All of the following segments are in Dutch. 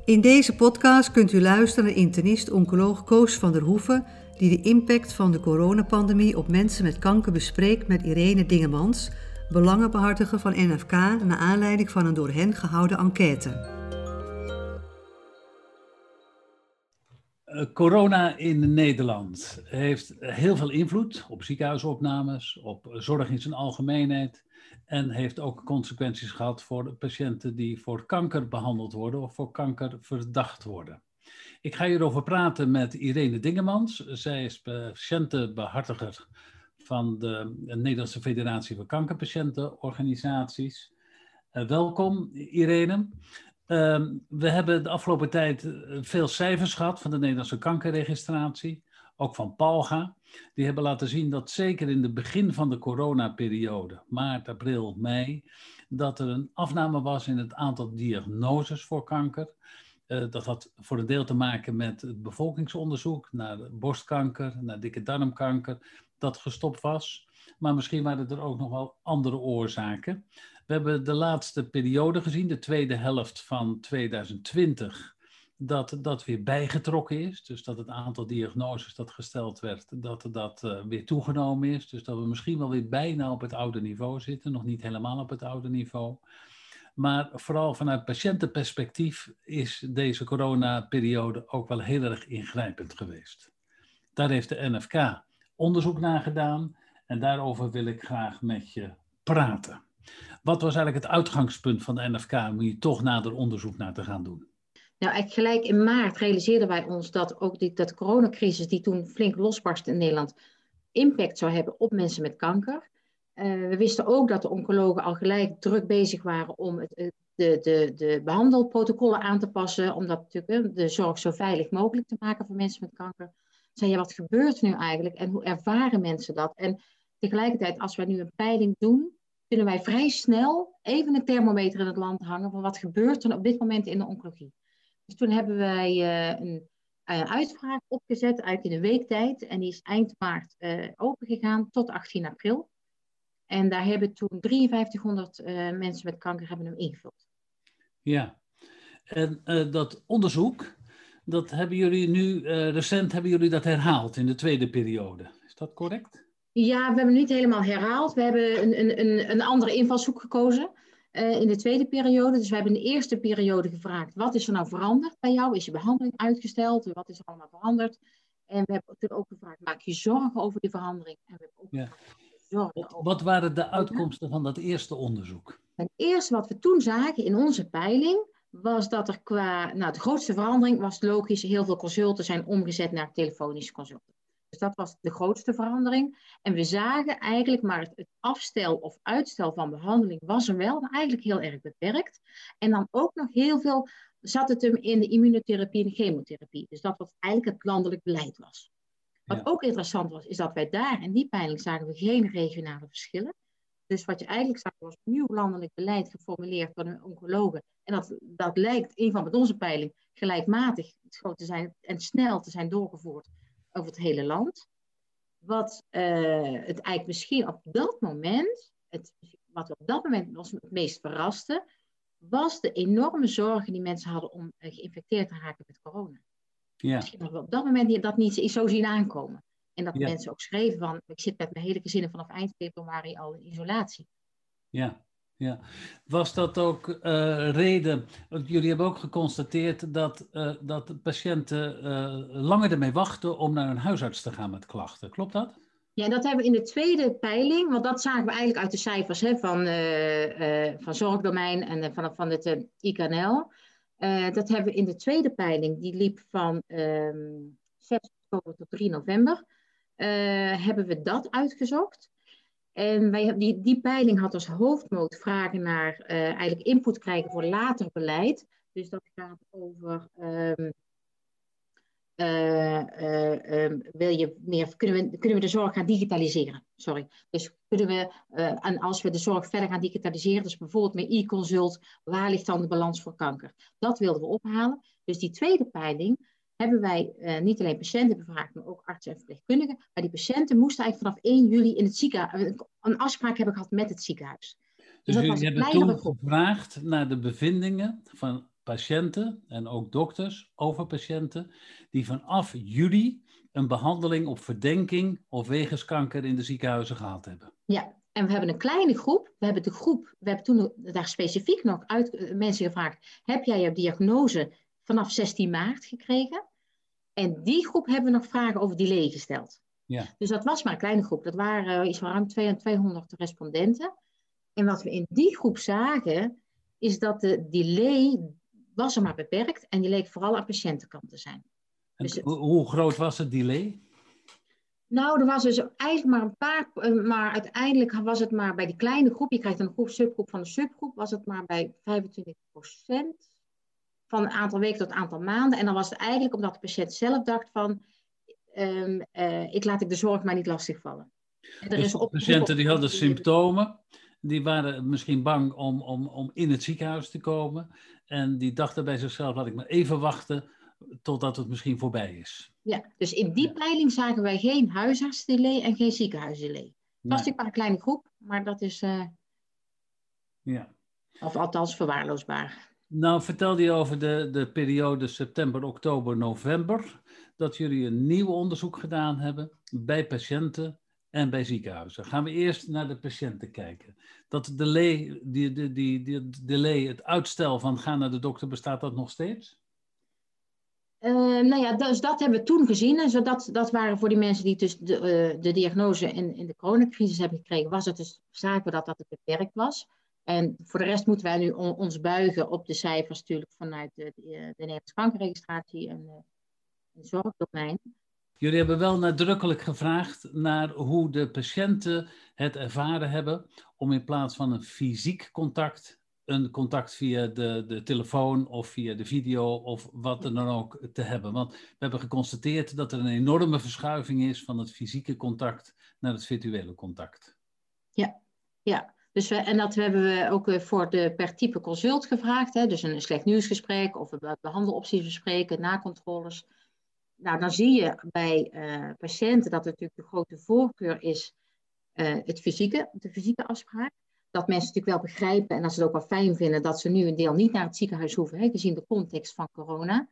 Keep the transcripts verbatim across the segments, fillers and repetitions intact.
In deze podcast kunt u luisteren naar internist-oncoloog Koos van der Hoeven, die de impact van de coronapandemie op mensen met kanker bespreekt met Irene Dingemans, belangenbehartiger van N F K, naar aanleiding van een door hen gehouden enquête. Uh, corona in Nederland heeft heel veel invloed op ziekenhuisopnames, op zorg in zijn algemeenheid en heeft ook consequenties gehad voor de patiënten die voor kanker behandeld worden of voor kanker verdacht worden. Ik ga hierover praten met Irene Dingemans. Zij is patiëntenbehartiger van de Nederlandse Federatie voor Kankerpatiëntenorganisaties. Uh, welkom Irene. Uh, we hebben de afgelopen tijd veel cijfers gehad van de Nederlandse kankerregistratie, ook van PALGA. Die hebben laten zien dat zeker in het begin van de coronaperiode, maart, april, mei, dat er een afname was in het aantal diagnoses voor kanker. Uh, dat had voor een deel te maken met het bevolkingsonderzoek naar borstkanker, naar dikke darmkanker, dat gestopt was. Maar misschien waren er ook nog wel andere oorzaken. We hebben de laatste periode gezien, de tweede helft van tweeduizend twintig, dat dat weer bijgetrokken is. Dus dat het aantal diagnoses dat gesteld werd, dat dat uh, weer toegenomen is. Dus dat we misschien wel weer bijna op het oude niveau zitten, nog niet helemaal op het oude niveau. Maar vooral vanuit patiëntenperspectief is deze coronaperiode ook wel heel erg ingrijpend geweest. Daar heeft de N F K onderzoek naar gedaan en daarover wil ik graag met je praten. Wat was eigenlijk het uitgangspunt van de N F K om hier toch nader onderzoek naar te gaan doen? Nou, eigenlijk gelijk in maart realiseerden wij ons dat ook die, dat coronacrisis die toen flink losbarstte in Nederland impact zou hebben op mensen met kanker. Uh, we wisten ook dat de oncologen al gelijk druk bezig waren om het, de, de, de behandelprotocollen aan te passen, om dat natuurlijk de zorg zo veilig mogelijk te maken voor mensen met kanker. Zei je, wat gebeurt er nu eigenlijk en hoe ervaren mensen dat? En tegelijkertijd, als wij nu een peiling doen, kunnen wij vrij snel even een thermometer in het land hangen van wat gebeurt er op dit moment in de oncologie. Dus toen hebben wij uh, een, een uitvraag opgezet, eigenlijk in een week tijd. En die is eind maart uh, opengegaan tot achttien april. En daar hebben toen drieënvijftighonderd uh, mensen met kanker hebben hem ingevuld. Ja, en uh, dat onderzoek, dat hebben jullie nu, uh, recent hebben jullie dat herhaald in de tweede periode. Is dat correct? Ja, we hebben het niet helemaal herhaald. We hebben een, een, een, een andere invalshoek gekozen uh, in de tweede periode. Dus we hebben in de eerste periode gevraagd, wat is er nou veranderd bij jou? Is je behandeling uitgesteld? Wat is er allemaal veranderd? En we hebben natuurlijk ook gevraagd, maak je zorgen over die verandering? En we hebben ook ja. zorgen wat, over... wat waren de uitkomsten van dat eerste onderzoek? Het eerste wat we toen zagen in onze peiling was dat er qua... Nou, de grootste verandering was logisch, heel veel consulten zijn omgezet naar telefonische consulten. Dus dat was de grootste verandering. En we zagen eigenlijk maar het, het afstel of uitstel van behandeling was er wel, maar eigenlijk heel erg beperkt. En dan ook nog heel veel zat het hem in de immunotherapie en de chemotherapie. Dus dat wat eigenlijk het landelijk beleid was. Wat ja. ook interessant was, is dat wij daar in die peiling zagen we geen regionale verschillen. Dus wat je eigenlijk zag was nieuw landelijk beleid geformuleerd door de oncologen. En dat, dat lijkt in van met onze peiling gelijkmatig te zijn en snel te zijn doorgevoerd over het hele land. Wat uh, het eigenlijk misschien op dat moment, het, wat we op dat moment ons het meest verraste, was de enorme zorgen die mensen hadden om uh, geïnfecteerd te raken met corona. Ja. Misschien hadden we op dat moment dat niet zo zien aankomen. En dat ja. mensen ook schreven van, ik zit met mijn hele gezin vanaf eind februari al in isolatie. Ja. Ja, was dat ook uh, reden, want jullie hebben ook geconstateerd dat, uh, dat patiënten uh, langer ermee wachten om naar een huisarts te gaan met klachten, klopt dat? Ja, dat hebben we in de tweede peiling, want dat zagen we eigenlijk uit de cijfers hè, van, uh, uh, van zorgdomein en uh, van, van het uh, I K N L. Uh, dat hebben we in de tweede peiling, die liep van um, zes oktober tot drie november, uh, hebben we dat uitgezocht. En wij, die, die peiling had als hoofdmoot vragen naar uh, eigenlijk input krijgen voor later beleid. Dus dat gaat over, um, uh, uh, um, wil je meer, kunnen, we, kunnen we de zorg gaan digitaliseren? Sorry. Dus kunnen we, uh, en als we de zorg verder gaan digitaliseren, dus bijvoorbeeld met e-consult, waar ligt dan de balans voor kanker? Dat wilden we ophalen. Dus die tweede peiling hebben wij uh, niet alleen patiënten bevraagd, maar ook artsen en verpleegkundigen. Maar die patiënten moesten eigenlijk vanaf één juli in het ziekenhuis een afspraak hebben gehad met het ziekenhuis. Dus, dus jullie hebben toen groep. gevraagd naar de bevindingen van patiënten en ook dokters over patiënten die vanaf juli een behandeling op verdenking of wegens kanker in de ziekenhuizen gehad hebben. Ja, en we hebben een kleine groep. We hebben de groep, we hebben toen daar specifiek nog uit mensen gevraagd, heb jij je diagnose vanaf zestien maart gekregen? En die groep hebben we nog vragen over delay gesteld. Ja. Dus dat was maar een kleine groep. Dat waren iets van ruim tweehonderd respondenten. En wat we in die groep zagen, is dat de delay was er maar beperkt. En die leek vooral aan patiëntenkant te zijn. En dus het, hoe groot was het delay? Nou, er was dus eigenlijk maar een paar, maar uiteindelijk was het maar bij die kleine groep, je krijgt een groep, subgroep van de subgroep, was het maar bij vijfentwintig procent van een aantal weken tot een aantal maanden. En dan was het eigenlijk omdat de patiënt zelf dacht van, um, uh, ik laat ik de zorg maar niet lastigvallen. En er dus is op, patiënten op, die hadden die, symptomen, die waren misschien bang om, om, om in het ziekenhuis te komen. En die dachten bij zichzelf, laat ik maar even wachten totdat het misschien voorbij is. Ja, dus in die ja. peiling zagen wij geen huisartsdelay en geen ziekenhuisdelay. Het was Nee. natuurlijk maar een kleine groep, maar dat is, uh, ja. of althans verwaarloosbaar. Nou, vertelde je over de, de periode september, oktober, november, dat jullie een nieuw onderzoek gedaan hebben bij patiënten en bij ziekenhuizen. Gaan we eerst naar de patiënten kijken. Dat delay, die, die, die, die delay, het uitstel van gaan naar de dokter, bestaat dat nog steeds? Uh, nou ja, dus dat hebben we toen gezien. En zo dat, dat waren voor die mensen die dus de, uh, de diagnose in, in de coronacrisis hebben gekregen, was het dus, zagen we dat dat het beperkt was. En voor de rest moeten wij nu on, ons buigen op de cijfers natuurlijk vanuit de, de, de Nederlandse kankerregistratie en uh, het zorgdomein. Jullie hebben wel nadrukkelijk gevraagd naar hoe de patiënten het ervaren hebben om in plaats van een fysiek contact, een contact via de, de telefoon of via de video of wat er dan ook te hebben. Want we hebben geconstateerd dat er een enorme verschuiving is van het fysieke contact naar het virtuele contact. Ja, ja. Dus we, en dat hebben we ook voor de per type consult gevraagd. Hè? Dus een slecht nieuwsgesprek of een behandelopties bespreken, nakontroles. Nou, dan zie je bij uh, patiënten dat er natuurlijk de grote voorkeur is uh, het fysieke, de fysieke afspraak. Dat mensen natuurlijk wel begrijpen en dat ze het ook wel fijn vinden dat ze nu een deel niet naar het ziekenhuis hoeven, hè, gezien de context van corona.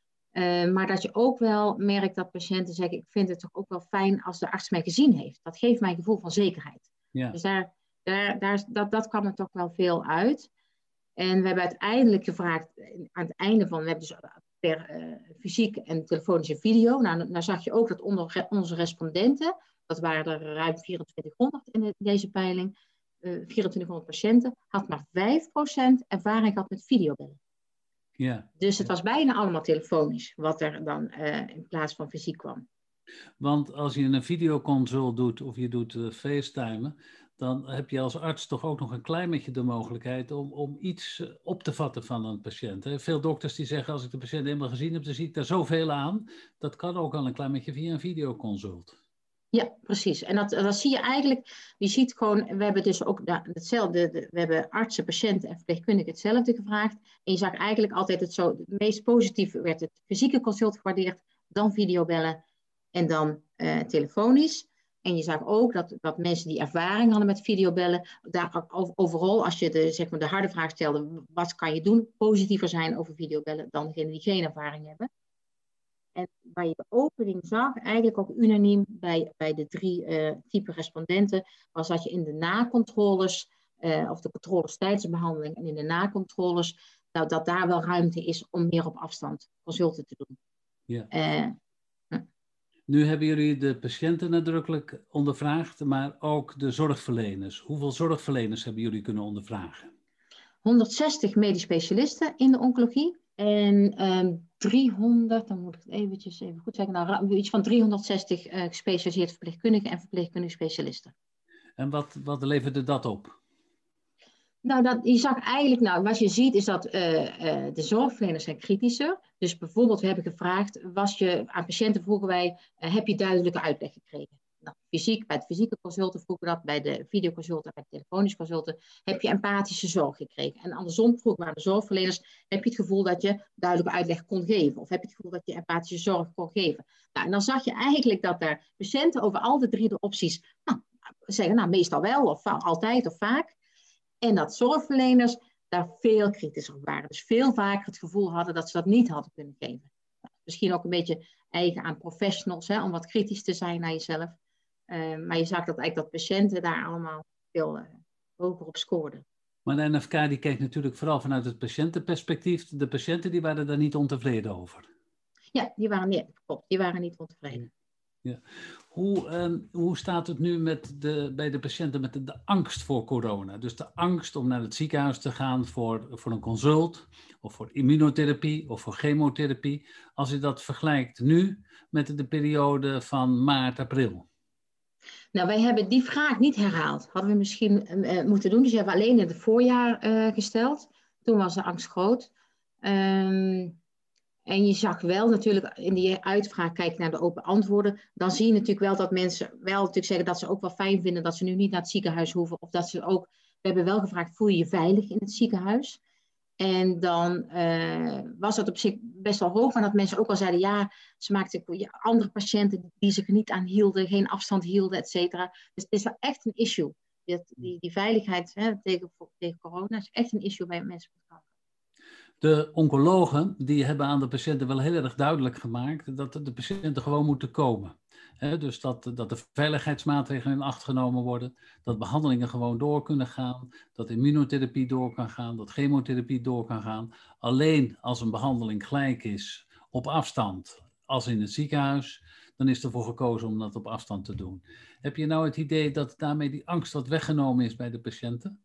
Uh, maar dat je ook wel merkt dat patiënten zeggen, ik vind het toch ook wel fijn als de arts mij gezien heeft. Dat geeft mij een gevoel van zekerheid. Ja. Dus daar, daar, daar, dat, dat kwam er toch wel veel uit. En we hebben uiteindelijk gevraagd, aan het einde van, we hebben dus per uh, fysiek en telefonische video. Nou, dan zag je ook dat onder onze respondenten, dat waren er ruim vierentwintighonderd in de, deze peiling, uh, vierentwintighonderd patiënten, had maar vijf procent ervaring gehad met videobellen. Ja. Dus het was bijna allemaal telefonisch, wat er dan uh, in plaats van fysiek kwam. Want als je een videoconsult doet of je doet uh, FaceTimen, dan heb je als arts toch ook nog een klein beetje de mogelijkheid om, om iets op te vatten van een patiënt. Hè? Veel dokters die zeggen, als ik de patiënt eenmaal gezien heb, dan zie ik daar zoveel aan. Dat kan ook al een klein beetje via een videoconsult. Ja, precies. En dat, dat zie je eigenlijk, je ziet gewoon, we hebben dus ook nou, hetzelfde, de, we hebben artsen, patiënten en verpleegkundigen hetzelfde gevraagd. En je zag eigenlijk altijd het zo, het meest positief werd het fysieke consult gewaardeerd, dan videobellen en dan uh, telefonisch. En je zag ook dat, dat mensen die ervaring hadden met videobellen, daar overal, als je de, zeg maar, de harde vraag stelde, wat kan je doen, positiever zijn over videobellen dan degenen die geen ervaring hebben. En waar je de opening zag, eigenlijk ook unaniem bij, bij de drie uh, type respondenten, was dat je in de nakontroles, uh, of de controles tijdens de behandeling en in de nakontroles, nou, dat daar wel ruimte is om meer op afstand consulten te doen. Ja. Uh, Nu hebben jullie de patiënten nadrukkelijk ondervraagd, maar ook de zorgverleners. Hoeveel zorgverleners hebben jullie kunnen ondervragen? honderdzestig medisch specialisten in de oncologie en um, driehonderd, dan moet ik het eventjes even goed zeggen, nou, iets van driehonderdzestig uh, gespecialiseerde verpleegkundigen en verpleegkundige specialisten. En wat, wat leverde dat op? Nou, dat, je zag eigenlijk, nou, wat je ziet is dat uh, uh, de zorgverleners zijn kritischer. Dus bijvoorbeeld, we hebben gevraagd, was je, aan patiënten vroegen wij, uh, heb je duidelijke uitleg gekregen? Nou, fysiek, bij het fysieke consulten vroegen we dat, bij de videoconsulten, bij de telefonische consulten, heb je empathische zorg gekregen? En andersom vroegen we aan de zorgverleners, heb je het gevoel dat je duidelijke uitleg kon geven? Of heb je het gevoel dat je empathische zorg kon geven? Nou, en dan zag je eigenlijk dat er patiënten over al de drie de opties, nou, zeggen, nou, meestal wel, of altijd of vaak. En dat zorgverleners daar veel kritischer op waren. Dus veel vaker het gevoel hadden dat ze dat niet hadden kunnen geven. Misschien ook een beetje eigen aan professionals, hè, om wat kritisch te zijn naar jezelf. Uh, maar je zag dat eigenlijk dat patiënten daar allemaal veel uh, hoger op scoorden. Maar de N F K die kijkt natuurlijk vooral vanuit het patiëntenperspectief. De patiënten die waren daar niet ontevreden over. Ja, die waren niet, klopt, die waren niet ontevreden. Ja. Hoe, uh, hoe staat het nu met de, bij de patiënten met de, de angst voor corona? Dus de angst om naar het ziekenhuis te gaan voor, voor een consult, of voor immunotherapie, of voor chemotherapie. Als je dat vergelijkt nu met de, de periode van maart, april. Nou, wij hebben die vraag niet herhaald. Hadden we misschien uh, moeten doen. Dus die hebben we alleen in het voorjaar uh, gesteld. Toen was de angst groot. Um, En je zag wel natuurlijk in die uitvraag, kijk naar de open antwoorden, dan zie je natuurlijk wel dat mensen wel natuurlijk zeggen dat ze ook wel fijn vinden dat ze nu niet naar het ziekenhuis hoeven. Of dat ze ook, we hebben wel gevraagd, voel je je veilig in het ziekenhuis? En dan uh, was dat op zich best wel hoog, maar dat mensen ook al zeiden, ja, ze maakten andere patiënten die zich er niet aan hielden, geen afstand hielden, et cetera. Dus het is wel echt een issue. Die, die, die veiligheid hè, tegen, tegen corona is echt een issue bij mensen met kanker. De oncologen die hebben aan de patiënten wel heel erg duidelijk gemaakt dat de patiënten gewoon moeten komen. He, dus dat, dat de veiligheidsmaatregelen in acht genomen worden, dat behandelingen gewoon door kunnen gaan, dat immunotherapie door kan gaan, dat chemotherapie door kan gaan. Alleen als een behandeling gelijk is op afstand als in het ziekenhuis, dan is ervoor gekozen om dat op afstand te doen. Heb je nou het idee dat daarmee die angst wat weggenomen is bij de patiënten?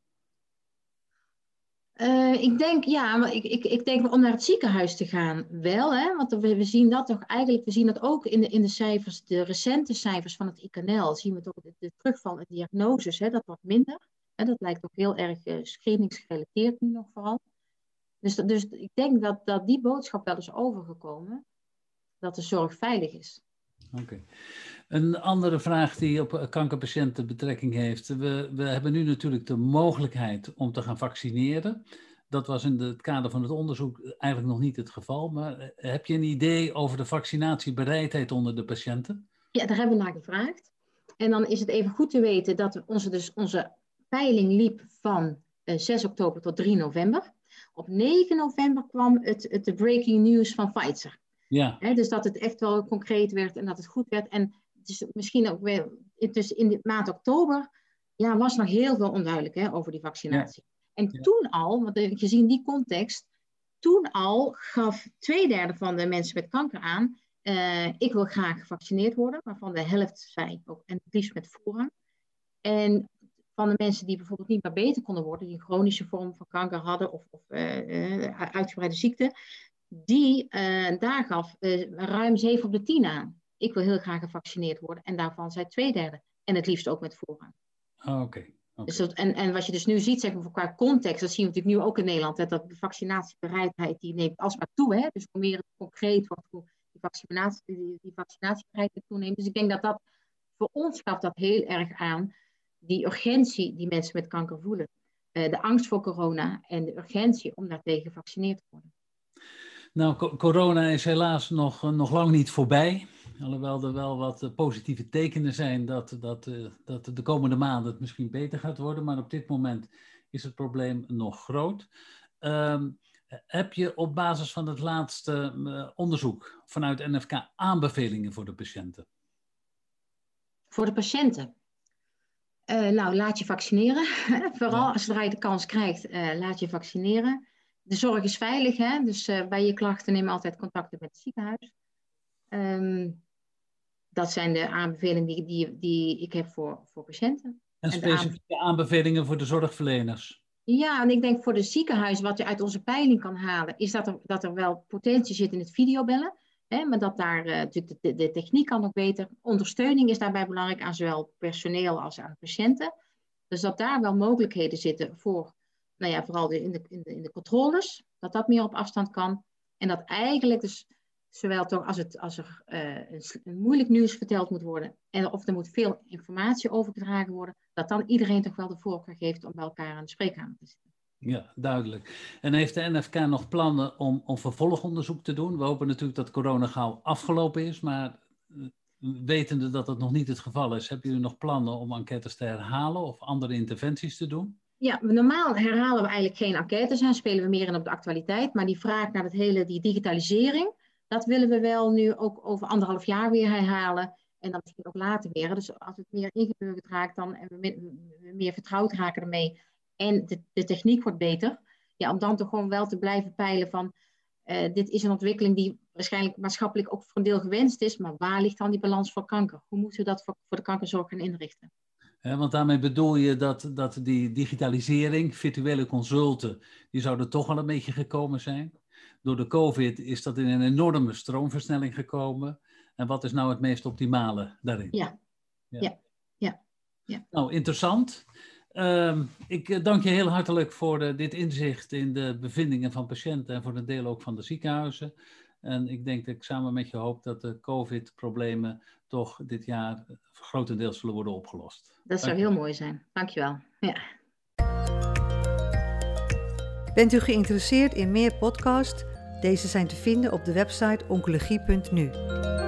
Uh, ik denk, ja, maar ik, ik, ik denk om naar het ziekenhuis te gaan wel, hè, want we, we zien dat toch eigenlijk, we zien dat ook in de, in de cijfers, de recente cijfers van het I K N L, zien we toch de, de terugval in diagnoses, hè, dat wordt minder. Hè, dat lijkt ook heel erg uh, screeningsgerelateerd nu nog vooral. Dus, dus ik denk dat, dat die boodschap wel is overgekomen, dat de zorg veilig is. Oké. Okay. Een andere vraag die op kankerpatiënten betrekking heeft. We, we hebben nu natuurlijk de mogelijkheid om te gaan vaccineren. Dat was in het kader van het onderzoek eigenlijk nog niet het geval. Maar heb je een idee over de vaccinatiebereidheid onder de patiënten? Ja, daar hebben we naar gevraagd. En dan is het even goed te weten dat onze, dus onze peiling liep van uh, zes oktober tot drie november. Op negen november kwam het, het de breaking news van Pfizer. Ja. He, dus dat het echt wel concreet werd en dat het goed werd. En het is misschien ook weer, dus in de maand oktober, ja, was nog heel veel onduidelijk hè, over die vaccinatie. Ja. En ja. toen al, want gezien die context, toen al gaf twee derde van de mensen met kanker aan, uh, ik wil graag gevaccineerd worden, waarvan de helft zei ook, en het liefst met voorrang. En van de mensen die bijvoorbeeld niet meer beter konden worden, die een chronische vorm van kanker hadden of, of uh, uh, uitgebreide ziekte, die, uh, daar gaf uh, ruim zeven op de tien aan. Ik wil heel graag gevaccineerd worden. En daarvan zei twee derde. En het liefst ook met voorrang. Oh, Oké. Okay. Okay. Dus dat, en, en wat je dus nu ziet, zeg maar, qua context, dat zien we natuurlijk nu ook in Nederland, hè, dat de vaccinatiebereidheid die neemt alsmaar toe. Hè, dus hoe meer het concreet wordt, hoe die, vaccinatie, die, die vaccinatiebereidheid toeneemt. Dus ik denk dat dat voor ons gaf dat heel erg aan die urgentie die mensen met kanker voelen. Uh, de angst voor corona en de urgentie om daartegen gevaccineerd te worden. Nou, co- corona is helaas nog, uh, nog lang niet voorbij. Alhoewel er wel wat uh, positieve tekenen zijn dat, dat, uh, dat de komende maanden het misschien beter gaat worden. Maar op dit moment is het probleem nog groot. Um, heb je op basis van het laatste uh, onderzoek vanuit N F K aanbevelingen voor de patiënten? Voor de patiënten? Uh, nou, laat je vaccineren. Vooral ja. als je de kans krijgt, uh, laat je vaccineren. De zorg is veilig, hè? Dus uh, bij je klachten neem altijd contacten met het ziekenhuis. Um, dat zijn de aanbevelingen die, die, die ik heb voor, voor patiënten. En specifieke en aanbevelingen voor de zorgverleners? Ja, en ik denk voor de ziekenhuis, wat je uit onze peiling kan halen, is dat er, dat er wel potentie zit in het videobellen. Hè? Maar dat daar uh, natuurlijk de, de techniek kan nog beter. Ondersteuning is daarbij belangrijk aan zowel personeel als aan patiënten. Dus dat daar wel mogelijkheden zitten voor, nou ja, vooral de, in, de, in, de, in de controles, dat dat meer op afstand kan. En dat eigenlijk dus, zowel toch als, het, als er uh, een, een moeilijk nieuws verteld moet worden, en of er moet veel informatie overgedragen worden, dat dan iedereen toch wel de voorkeur geeft om bij elkaar aan de spreekkamer te zitten. Ja, duidelijk. En heeft de N F K nog plannen om, om vervolgonderzoek te doen? We hopen natuurlijk dat corona gauw afgelopen is, maar wetende dat dat nog niet het geval is, hebben jullie nog plannen om enquêtes te herhalen of andere interventies te doen? Ja, normaal herhalen we eigenlijk geen enquêtes en spelen we meer in op de actualiteit. Maar die vraag naar het hele, die digitalisering, dat willen we wel nu ook over anderhalf jaar weer herhalen. En dan misschien ook later weer. Dus als het meer ingeburgerd raakt dan, en we meer vertrouwd raken ermee en de, de techniek wordt beter. Ja, om dan toch gewoon wel te blijven peilen van, uh, dit is een ontwikkeling die waarschijnlijk maatschappelijk ook voor een deel gewenst is. Maar waar ligt dan die balans voor kanker? Hoe moeten we dat voor, voor de kankerzorg gaan inrichten? Ja, want daarmee bedoel je dat, dat die digitalisering, virtuele consulten, die zouden toch wel een beetje gekomen zijn. Door de COVID is dat in een enorme stroomversnelling gekomen. En wat is nou het meest optimale daarin? Ja, ja, ja. ja, ja. Nou, interessant. Uh, ik dank je heel hartelijk voor uh, dit inzicht in de bevindingen van patiënten en voor een deel ook van de ziekenhuizen. En ik denk dat ik samen met je hoop dat de COVID-problemen toch dit jaar grotendeels zullen worden opgelost. Dat zou heel mooi zijn. Dankjewel. Ja. Bent u geïnteresseerd in meer podcasts? Deze zijn te vinden op de website oncologie punt n u.